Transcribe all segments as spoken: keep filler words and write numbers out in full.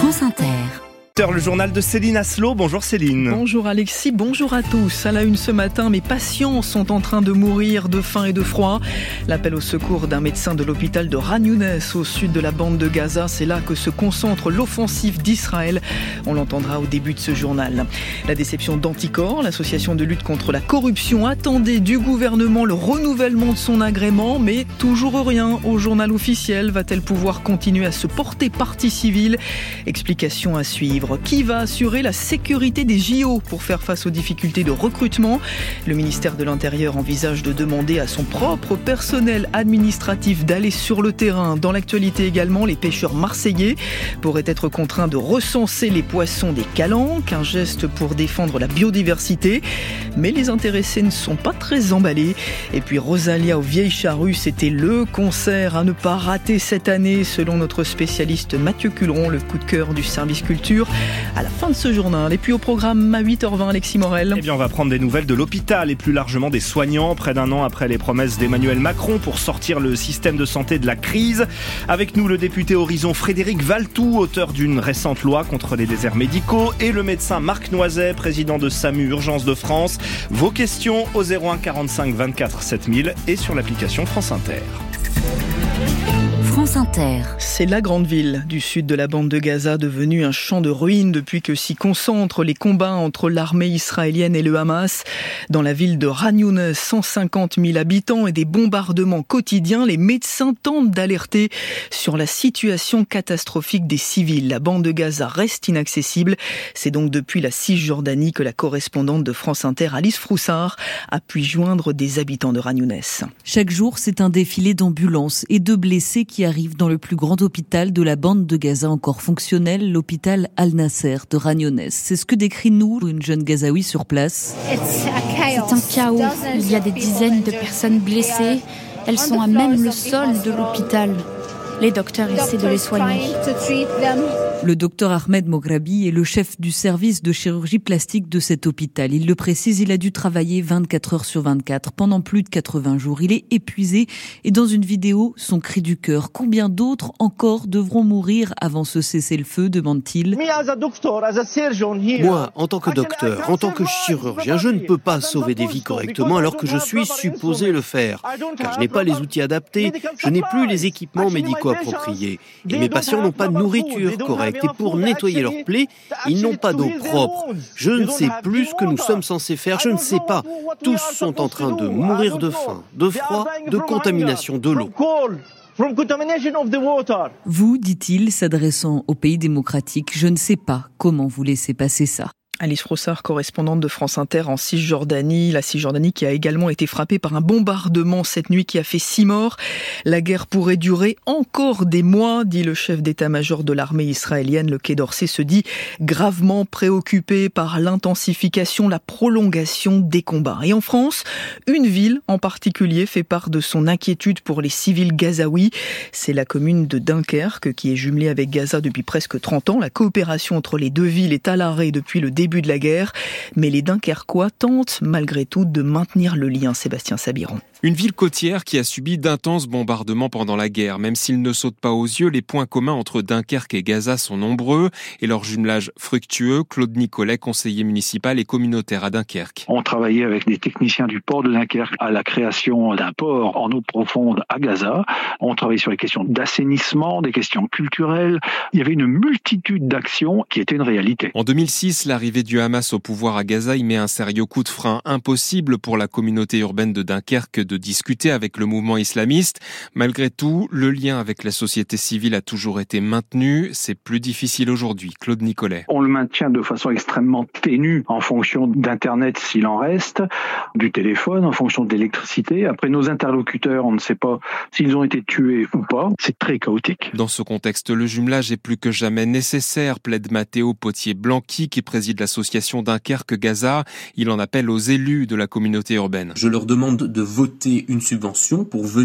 France Inter. Le journal de Céline Asselot. Bonjour Céline. Bonjour Alexis, bonjour à tous. À la une ce matin, mes patients sont en train de mourir de faim et de froid. L'appel au secours d'un médecin de l'hôpital de Khan Younes au sud de la bande de Gaza, c'est là que se concentre l'offensive d'Israël. On l'entendra au début de ce journal. La déception d'Anticor, l'association de lutte contre la corruption, attendait du gouvernement le renouvellement de son agrément, mais toujours rien au journal officiel. Va-t-elle pouvoir continuer à se porter partie civile ? Explication à suivre. Qui va assurer la sécurité des J O pour faire face aux difficultés de recrutement ? Le ministère de l'Intérieur envisage de demander à son propre personnel administratif d'aller sur le terrain. Dans l'actualité également, les pêcheurs marseillais pourraient être contraints de recenser les poissons des calanques, un geste pour défendre la biodiversité. Mais les intéressés ne sont pas très emballés. Et puis Rosalia aux Vieilles Charrues, c'était le concert à ne pas rater cette année, selon notre spécialiste Mathieu Culeron, le coup de cœur du service culture. À la fin de ce journal. Et puis au programme à huit heures vingt, Alexis Morel. Eh bien, on va prendre des nouvelles de l'hôpital et plus largement des soignants, près d'un an après les promesses d'Emmanuel Macron pour sortir le système de santé de la crise. Avec nous, le député Horizon Frédéric Valletoux, auteur d'une récente loi contre les déserts médicaux, et le médecin Marc Noiset, président de SAMU Urgences de France. Vos questions au zéro un quarante-cinq vingt-quatre sept mille et sur l'application France Inter. France Inter. C'est la grande ville du sud de la bande de Gaza, devenue un champ de ruines depuis que s'y concentrent les combats entre l'armée israélienne et le Hamas. Dans la ville de Khan Younes, cent cinquante mille habitants et des bombardements quotidiens, les médecins tentent d'alerter sur la situation catastrophique des civils. La bande de Gaza reste inaccessible. C'est donc depuis la Cisjordanie que la correspondante de France Inter, Alice Froussard, a pu joindre des habitants de Khan Younes. Chaque jour, c'est un défilé d'ambulances et de blessés qui arrive dans le plus grand hôpital de la bande de Gaza encore fonctionnel, l'hôpital Al-Nasser de Khan Younes. C'est ce que décrit nous, une jeune Gazaoui sur place. C'est un chaos. Il y a des dizaines de personnes blessées. Elles sont à même le sol de l'hôpital. Les docteurs essaient de les soigner. Le docteur Ahmed Moghrabi est le chef du service de chirurgie plastique de cet hôpital. Il le précise, il a dû travailler vingt-quatre heures sur vingt-quatre pendant plus de quatre-vingts jours. Il est épuisé et dans une vidéo, son cri du cœur. Combien d'autres encore devront mourir avant ce cessez-le-feu, demande-t-il. Moi, en tant que docteur, en tant que chirurgien, je ne peux pas sauver des vies correctement alors que je suis supposé le faire. Car je n'ai pas les outils adaptés, je n'ai plus les équipements médicaux appropriés. Et mes patients n'ont pas de nourriture correcte. Et pour nettoyer leurs plaies, ils n'ont pas d'eau propre. Je ne sais plus ce que nous sommes censés faire, je ne sais pas. Tous sont en train de mourir de faim, de froid, de contamination de l'eau. Vous, dit-il, s'adressant au pays démocratique, je ne sais pas comment vous laissez passer ça. Alice Froussard, correspondante de France Inter en Cisjordanie. La Cisjordanie qui a également été frappée par un bombardement cette nuit qui a fait six morts. La guerre pourrait durer encore des mois, dit le chef d'état-major de l'armée israélienne. Le Quai d'Orsay se dit gravement préoccupé par l'intensification, la prolongation des combats. Et en France, une ville en particulier fait part de son inquiétude pour les civils gazaouis. C'est la commune de Dunkerque qui est jumelée avec Gaza depuis presque trente ans. La coopération entre les deux villes est à l'arrêt depuis le début début de la guerre, mais les Dunkerquois tentent malgré tout de maintenir le lien. Sébastien Sabiron. Une ville côtière qui a subi d'intenses bombardements pendant la guerre. Même s'ils ne sautent pas aux yeux, les points communs entre Dunkerque et Gaza sont nombreux et leur jumelage fructueux. Claude Nicolet, conseiller municipal et communautaire à Dunkerque. On travaillait avec des techniciens du port de Dunkerque à la création d'un port en eau profonde à Gaza. On travaillait sur les questions d'assainissement, des questions culturelles. Il y avait une multitude d'actions qui étaient une réalité. En deux mille six, l'arrivée du Hamas au pouvoir à Gaza y met un sérieux coup de frein. Impossible pour la communauté urbaine de Dunkerque de discuter avec le mouvement islamiste. Malgré tout, le lien avec la société civile a toujours été maintenu. C'est plus difficile aujourd'hui. Claude Nicolet. On le maintient de façon extrêmement ténue en fonction d'Internet s'il en reste, du téléphone, en fonction de l'électricité. Après, nos interlocuteurs, on ne sait pas s'ils ont été tués ou pas. C'est très chaotique. Dans ce contexte, le jumelage est plus que jamais nécessaire, plaide Matteo Potier-Blanqui, qui préside l'association Dunkerque-Gaza. Il en appelle aux élus de la communauté urbaine. Je leur demande de voter une subvention pour venir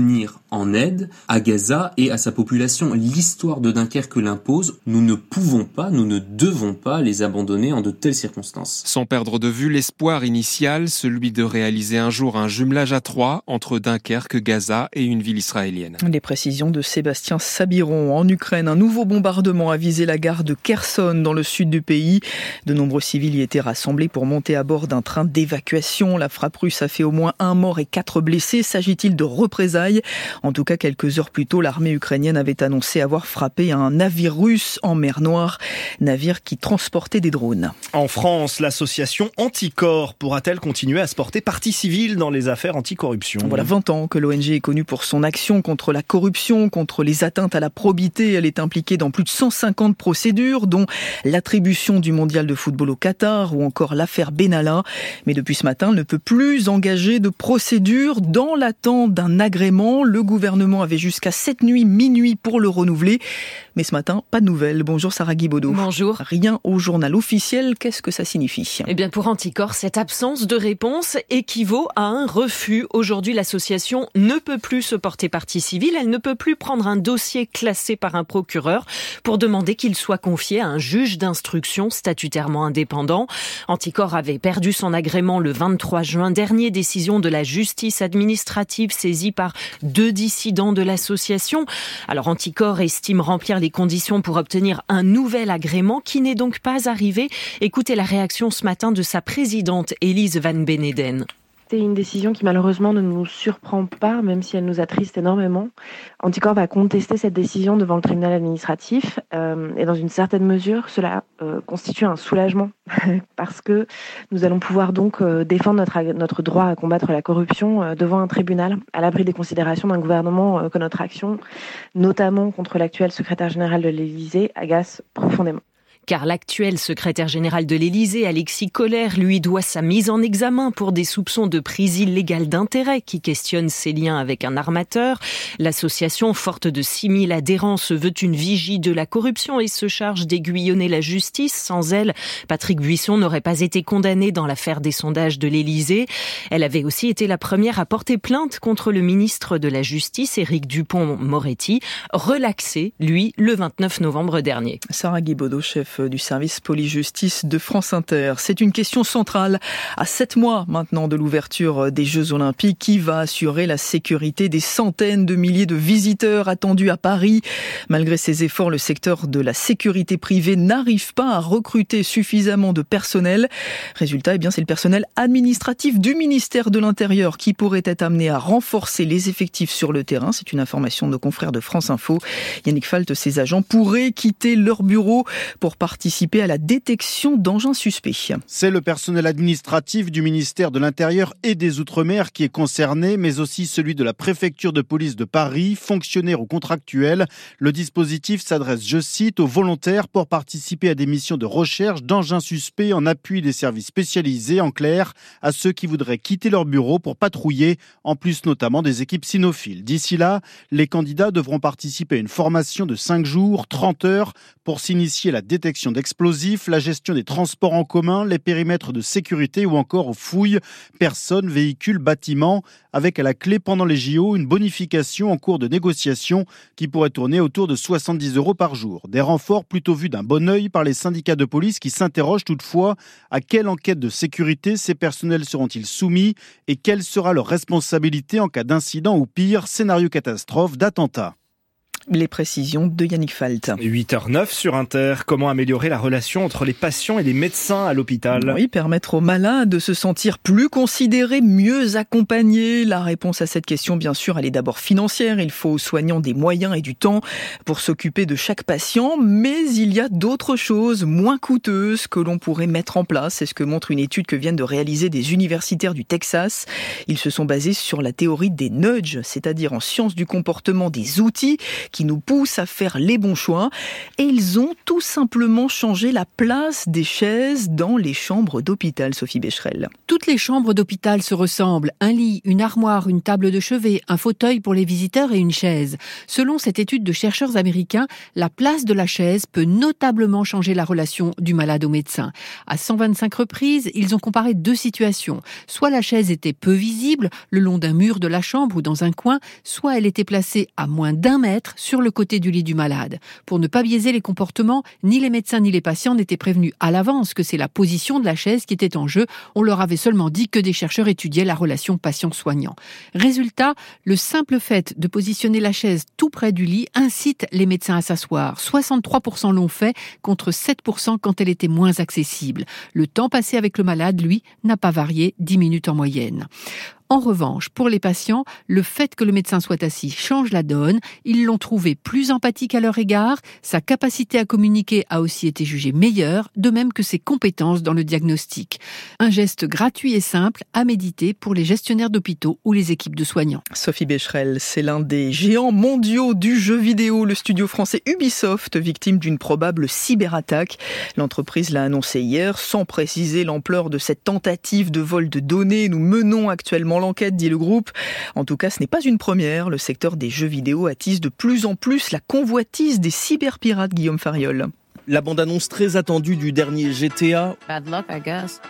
en aide à Gaza et à sa population. L'histoire de Dunkerque l'impose. Nous ne pouvons pas, nous ne devons pas les abandonner en de telles circonstances. Sans perdre de vue l'espoir initial, celui de réaliser un jour un jumelage à trois entre Dunkerque, Gaza et une ville israélienne. Les précisions de Sébastien Sabiron. En Ukraine, un nouveau bombardement a visé la gare de Kherson dans le sud du pays. De nombreux civils y étaient rassemblés pour monter à bord d'un train d'évacuation. La frappe russe a fait au moins un mort et quatre blessés. S'agit-il de représailles ? En tout cas, quelques heures plus tôt, l'armée ukrainienne avait annoncé avoir frappé un navire russe en mer Noire, navire qui transportait des drones. En France, l'association Anticorps pourra-t-elle continuer à se porter partie civile dans les affaires anticorruption ? Voilà vingt ans que l'O N G est connue pour son action contre la corruption, contre les atteintes à la probité. Elle est impliquée dans plus de cent cinquante procédures, dont l'attribution du mondial de football au Qatar ou encore l'affaire Benalla. Mais depuis ce matin, elle ne peut plus engager de procédure dans l'attente d'un agrément. Le gouvernement avait jusqu'à cette nuit, minuit pour le renouveler. Mais ce matin, pas de nouvelles. Bonjour Sarah Guibaudot. Bonjour. Rien au journal officiel. Qu'est-ce que ça signifie ? Eh bien, pour Anticorps, cette absence de réponse équivaut à un refus. Aujourd'hui, l'association ne peut plus se porter partie civile. Elle ne peut plus prendre un dossier classé par un procureur pour demander qu'il soit confié à un juge d'instruction statutairement indépendant. Anticorps avait perdu son agrément le vingt-trois juin dernier. Décision de la justice administrative saisie par deux dissidents de l'association. Alors, Anticorps estime remplir les conditions pour obtenir un nouvel agrément qui n'est donc pas arrivé. Écoutez la réaction ce matin de sa présidente, Élise Van Beneden. C'est une décision qui malheureusement ne nous surprend pas, même si elle nous attriste énormément. Anticorps va contester cette décision devant le tribunal administratif euh, et dans une certaine mesure, cela euh, constitue un soulagement parce que nous allons pouvoir donc euh, défendre notre, notre droit à combattre la corruption euh, devant un tribunal, à l'abri des considérations d'un gouvernement euh, que notre action, notamment contre l'actuel secrétaire général de l'Élysée, agace profondément. Car l'actuel secrétaire général de l'Élysée, Alexis Kohler, lui doit sa mise en examen pour des soupçons de prise illégale d'intérêt qui questionnent ses liens avec un armateur. L'association, forte de six mille adhérents, se veut une vigie de la corruption et se charge d'aiguillonner la justice. Sans elle, Patrick Buisson n'aurait pas été condamné dans l'affaire des sondages de l'Élysée. Elle avait aussi été la première à porter plainte contre le ministre de la Justice, Éric Dupond-Moretti, relaxé, lui, le vingt-neuf novembre dernier. Sarah Guibaudot, chef du service police-justice de France Inter. C'est une question centrale. À sept mois maintenant de l'ouverture des Jeux Olympiques, qui va assurer la sécurité des centaines de milliers de visiteurs attendus à Paris ? Malgré ses efforts, le secteur de la sécurité privée n'arrive pas à recruter suffisamment de personnel. Résultat, eh bien, c'est le personnel administratif du ministère de l'Intérieur qui pourrait être amené à renforcer les effectifs sur le terrain. C'est une information de nos confrères de France Info. Yannick Falt, ces agents pourraient quitter leur bureau pour participer à la détection d'engins suspects. C'est le personnel administratif du ministère de l'Intérieur et des Outre-mer qui est concerné, mais aussi celui de la préfecture de police de Paris, fonctionnaires ou contractuels. Le dispositif s'adresse, je cite, aux volontaires pour participer à des missions de recherche d'engins suspects en appui des services spécialisés, en clair, à ceux qui voudraient quitter leur bureau pour patrouiller, en plus notamment des équipes cynophiles. D'ici là, les candidats devront participer à une formation de cinq jours, trente heures, pour s'initier à la détection d'explosifs, la gestion des transports en commun, les périmètres de sécurité ou encore aux fouilles, personnes, véhicules, bâtiments, avec à la clé pendant les J O une bonification en cours de négociation qui pourrait tourner autour de soixante-dix euros par jour. Des renforts plutôt vus d'un bon œil par les syndicats de police qui s'interrogent toutefois à quelle enquête de sécurité ces personnels seront-ils soumis et quelle sera leur responsabilité en cas d'incident ou pire, scénario catastrophe, d'attentat. Les précisions de Yannick Falt. huit heures neuf sur Inter. Comment améliorer la relation entre les patients et les médecins à l'hôpital ? Oui, permettre aux malades de se sentir plus considérés, mieux accompagnés. La réponse à cette question, bien sûr, elle est d'abord financière. Il faut aux soignants des moyens et du temps pour s'occuper de chaque patient. Mais il y a d'autres choses moins coûteuses que l'on pourrait mettre en place. C'est ce que montre une étude que viennent de réaliser des universitaires du Texas. Ils se sont basés sur la théorie des nudges, c'est-à-dire en sciences du comportement des outils qui nous poussent à faire les bons choix. Et ils ont tout tout simplement changer la place des chaises dans les chambres d'hôpital, Sophie Becherel. Toutes les chambres d'hôpital se ressemblent. Un lit, une armoire, une table de chevet, un fauteuil pour les visiteurs et une chaise. Selon cette étude de chercheurs américains, la place de la chaise peut notablement changer la relation du malade au médecin. À cent vingt-cinq reprises, ils ont comparé deux situations. Soit la chaise était peu visible, le long d'un mur de la chambre ou dans un coin, soit elle était placée à moins d'un mètre sur le côté du lit du malade. Pour ne pas biaiser les comportements, ni les médecins ni les patients n'étaient prévenus à l'avance que c'est la position de la chaise qui était en jeu. On leur avait seulement dit que des chercheurs étudiaient la relation patient-soignant. Résultat, le simple fait de positionner la chaise tout près du lit incite les médecins à s'asseoir. soixante-trois pour cent l'ont fait, contre sept pour cent quand elle était moins accessible. Le temps passé avec le malade, lui, n'a pas varié, dix minutes en moyenne. En revanche, pour les patients, le fait que le médecin soit assis change la donne. Ils l'ont trouvé plus empathique à leur égard. Sa capacité à communiquer a aussi été jugée meilleure, de même que ses compétences dans le diagnostic. Un geste gratuit et simple à méditer pour les gestionnaires d'hôpitaux ou les équipes de soignants. Sophie Becherel, c'est l'un des géants mondiaux du jeu vidéo, le studio français Ubisoft, victime d'une probable cyberattaque. L'entreprise l'a annoncé hier, sans préciser l'ampleur de cette tentative de vol de données. Nous menons actuellement l'enquête, dit le groupe. En tout cas, ce n'est pas une première. Le secteur des jeux vidéo attise de plus en plus la convoitise des cyberpirates, Guillaume Fariol. La bande-annonce très attendue du dernier G T A. Bad luck, I guess.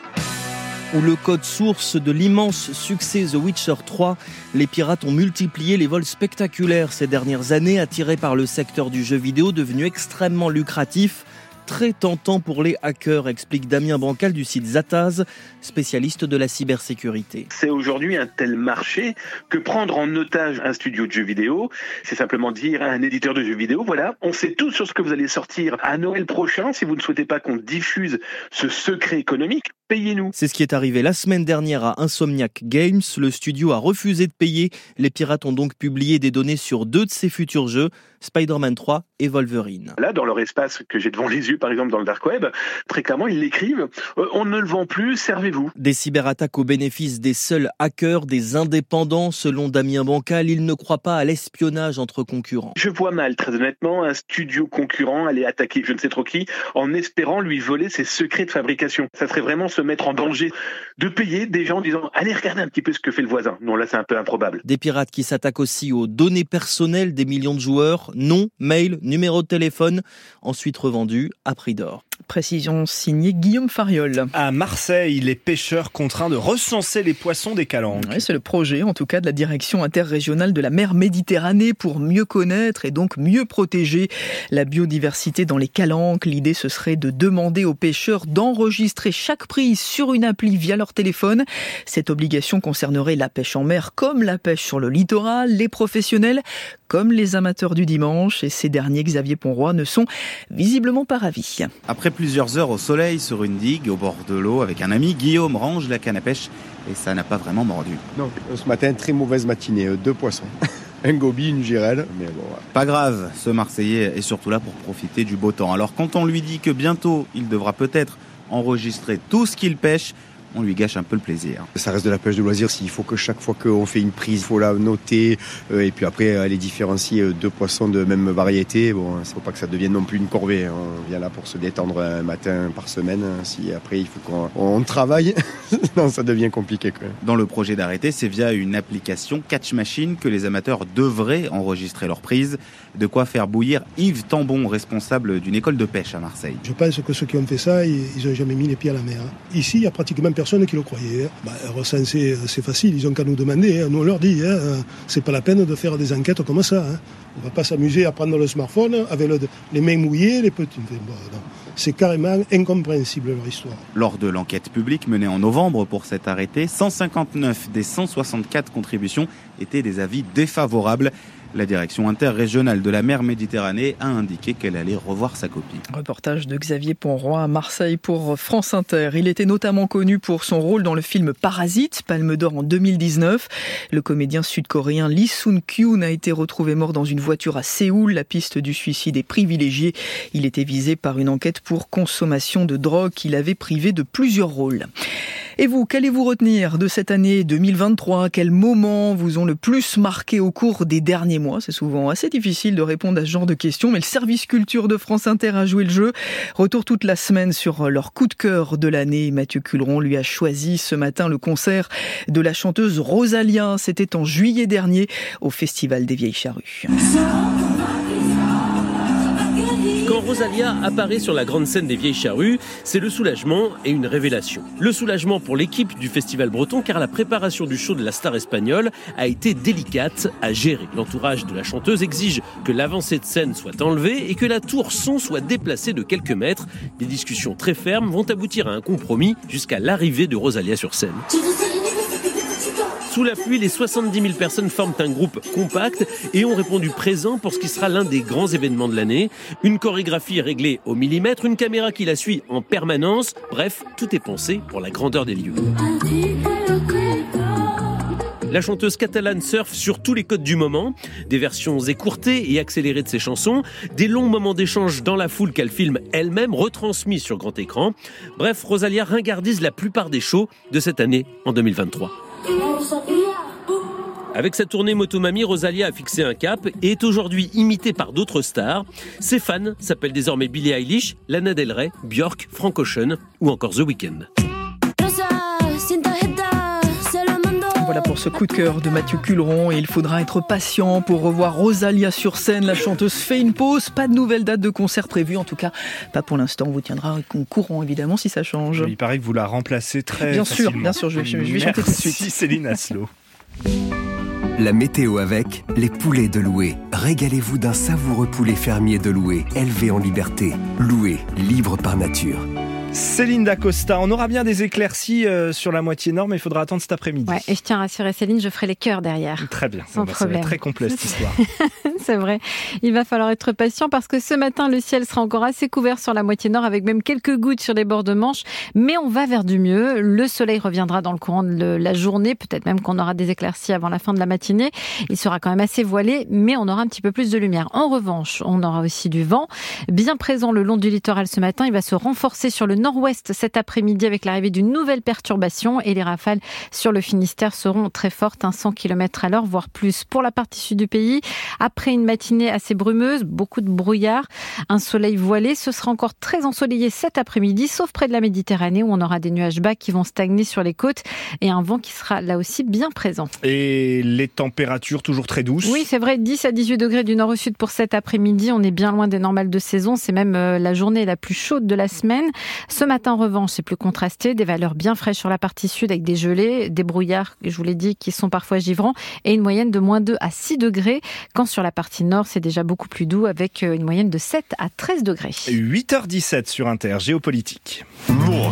Ou le code source de l'immense succès The Witcher trois. Les pirates ont multiplié les vols spectaculaires ces dernières années, attirés par le secteur du jeu vidéo devenu extrêmement lucratif. Très tentant pour les hackers, explique Damien Bancal du site Zataz, spécialiste de la cybersécurité. C'est aujourd'hui un tel marché que prendre en otage un studio de jeux vidéo, c'est simplement dire à un éditeur de jeux vidéo, voilà, on sait tout sur ce que vous allez sortir à Noël prochain. Si vous ne souhaitez pas qu'on diffuse ce secret économique, payez-nous. C'est ce qui est arrivé la semaine dernière à Insomniac Games. Le studio a refusé de payer. Les pirates ont donc publié des données sur deux de ses futurs jeux, Spider-Man trois et Wolverine. Là, dans leur espace que j'ai devant les yeux, par exemple dans le dark web, très clairement, ils l'écrivent euh, « On ne le vend plus, servez-vous ». Des cyberattaques au bénéfice des seuls hackers, des indépendants. Selon Damien Bancal, il ne croit pas à l'espionnage entre concurrents. Je vois mal, très honnêtement, un studio concurrent aller attaquer je ne sais trop qui en espérant lui voler ses secrets de fabrication. Ça serait vraiment se mettre en danger de payer des gens en disant « Allez regarder un petit peu ce que fait le voisin ». Non, là, c'est un peu improbable. Des pirates qui s'attaquent aussi aux données personnelles des millions de joueurs. Nom, mail, numéro de téléphone, ensuite revendus à prix d'or. Précision signée Guillaume Fariol. À Marseille, les pêcheurs contraints de recenser les poissons des calanques. Oui, c'est le projet, en tout cas, de la direction interrégionale de la mer Méditerranée pour mieux connaître et donc mieux protéger la biodiversité dans les calanques. L'idée, ce serait de demander aux pêcheurs d'enregistrer chaque prise sur une appli via leur téléphone. Cette obligation concernerait la pêche en mer comme la pêche sur le littoral, les professionnels comme les amateurs du dimanche. Et ces derniers, Xavier Ponroy, ne sont visiblement pas ravis. Après plusieurs heures au soleil sur une digue au bord de l'eau avec un ami, Guillaume range la canne à pêche et ça n'a pas vraiment mordu. Non, ce matin, très mauvaise matinée, deux poissons. Un goby, une girelle, mais bon. Ouais. Pas grave, ce Marseillais est surtout là pour profiter du beau temps. Alors quand on lui dit que bientôt il devra peut-être enregistrer tout ce qu'il pêche, on lui gâche un peu le plaisir. Ça reste de la pêche de loisir. S'il faut que chaque fois qu'on fait une prise, il faut la noter euh, et puis après aller différencier deux poissons de même variété. Bon, il ne faut pas que ça devienne non plus une corvée. On vient là pour se détendre un matin par semaine. Si après il faut qu'on on travaille, non, ça devient compliqué quand même. Dans le projet d'arrêté, c'est via une application Catch Machine que les amateurs devraient enregistrer leurs prises. De quoi faire bouillir Yves Tambon, responsable d'une école de pêche à Marseille. Je pense que ceux qui ont fait ça, ils n'ont jamais mis les pieds à la mer. Ici, il y a pratiquement personne qui le croyait. Bah, recenser, c'est facile, ils ont qu'à nous demander. Hein. Nous, on leur dit, hein, c'est pas la peine de faire des enquêtes comme ça. Hein. On va pas s'amuser à prendre le smartphone avec le, les mains mouillées, les petits. Bon, non. C'est carrément incompréhensible leur histoire. Lors de l'enquête publique menée en novembre pour cet arrêté, cent cinquante-neuf des cent soixante-quatre contributions étaient des avis défavorables. La direction interrégionale de la mer Méditerranée a indiqué qu'elle allait revoir sa copie. Reportage de Xavier Ponroy à Marseille pour France Inter. Il était notamment connu pour son rôle dans le film Parasite, Palme d'Or en deux mille dix-neuf. Le comédien sud-coréen Lee Sun-kyun a été retrouvé mort dans une voiture à Séoul. La piste du suicide est privilégiée. Il était visé par une enquête pour consommation de drogue qu'il avait privé de plusieurs rôles. Et vous, qu'allez-vous retenir de cette année deux mille vingt-trois ? Quels moments vous ont le plus marqué au cours des derniers mois ? C'est souvent assez difficile de répondre à ce genre de questions, mais le service culture de France Inter a joué le jeu. Retour toute la semaine sur leur coup de cœur de l'année. Mathieu Culeron lui a choisi ce matin le concert de la chanteuse Rosalia. C'était en juillet dernier au Festival des Vieilles Charrues. Quand Rosalia apparaît sur la grande scène des Vieilles Charrues, c'est le soulagement et une révélation. Le soulagement pour l'équipe du Festival breton, car la préparation du show de la star espagnole a été délicate à gérer. L'entourage de la chanteuse exige que l'avancée de scène soit enlevée et que la tour son soit déplacée de quelques mètres. Des discussions très fermes vont aboutir à un compromis jusqu'à l'arrivée de Rosalia sur scène. Sous la pluie, les soixante-dix mille personnes forment un groupe compact et ont répondu présent pour ce qui sera l'un des grands événements de l'année. Une chorégraphie réglée au millimètre, une caméra qui la suit en permanence. Bref, tout est pensé pour la grandeur des lieux. La chanteuse catalane surfe sur tous les codes du moment, des versions écourtées et accélérées de ses chansons, des longs moments d'échange dans la foule qu'elle filme elle-même, retransmis sur grand écran. Bref, Rosalia ringardise la plupart des shows de cette année en deux mille vingt-trois. Avec sa tournée Motomami, Rosalia a fixé un cap et est aujourd'hui imitée par d'autres stars. Ses fans s'appellent désormais Billie Eilish, Lana Del Rey, Björk, Frank Ocean ou encore The Weeknd. Voilà pour ce coup de cœur de Mathieu Culeron, et il faudra être patient pour revoir Rosalia sur scène. La chanteuse fait une pause, pas de nouvelle date de concert prévue, en tout cas pas pour l'instant. On vous tiendra au courant évidemment si ça change. Il paraît que vous la remplacez très bien facilement. sûr, bien sûr, je vais, je vais chanter tout de suite. Merci Céline Aslo. La météo avec les poulets de Loué. Régalez-vous d'un savoureux poulet fermier de Loué, élevé en liberté. Loué, libre par nature. Céline Dacosta, on aura bien des éclaircies euh, sur la moitié nord, mais il faudra attendre cet après-midi. Ouais, et je tiens à rassurer Céline, je ferai les chœurs derrière. Très bien, sans bah, problème. Ça va être très complet cette histoire. C'est vrai, il va falloir être patient parce que ce matin, le ciel sera encore assez couvert sur la moitié nord avec même quelques gouttes sur les bords de Manche, mais on va vers du mieux. Le soleil reviendra dans le courant de la journée, peut-être même qu'on aura des éclaircies avant la fin de la matinée. Il sera quand même assez voilé, mais on aura un petit peu plus de lumière. En revanche, on aura aussi du vent, bien présent le long du littoral ce matin. Il va se renforcer sur le nord-ouest cet après-midi avec l'arrivée d'une nouvelle perturbation et les rafales sur le Finistère seront très fortes, hein, cent kilomètres à l'heure, voire plus. Pour la partie sud du pays, après une matinée assez brumeuse, beaucoup de brouillard, un soleil voilé, ce sera encore très ensoleillé cet après-midi, sauf près de la Méditerranée où on aura des nuages bas qui vont stagner sur les côtes et un vent qui sera là aussi bien présent. Et les températures toujours très douces. Oui, c'est vrai, dix à dix-huit degrés du nord au sud pour cet après-midi. On est bien loin des normales de saison. C'est même la journée la plus chaude de la semaine. Ce matin, en revanche, c'est plus contrasté. Des valeurs bien fraîches sur la partie sud avec des gelées, des brouillards, je vous l'ai dit, qui sont parfois givrants et une moyenne de moins deux à six degrés. Quand sur la partie nord, c'est déjà beaucoup plus doux avec une moyenne de sept à treize degrés. huit heures dix-sept sur Inter, géopolitique. Lourd.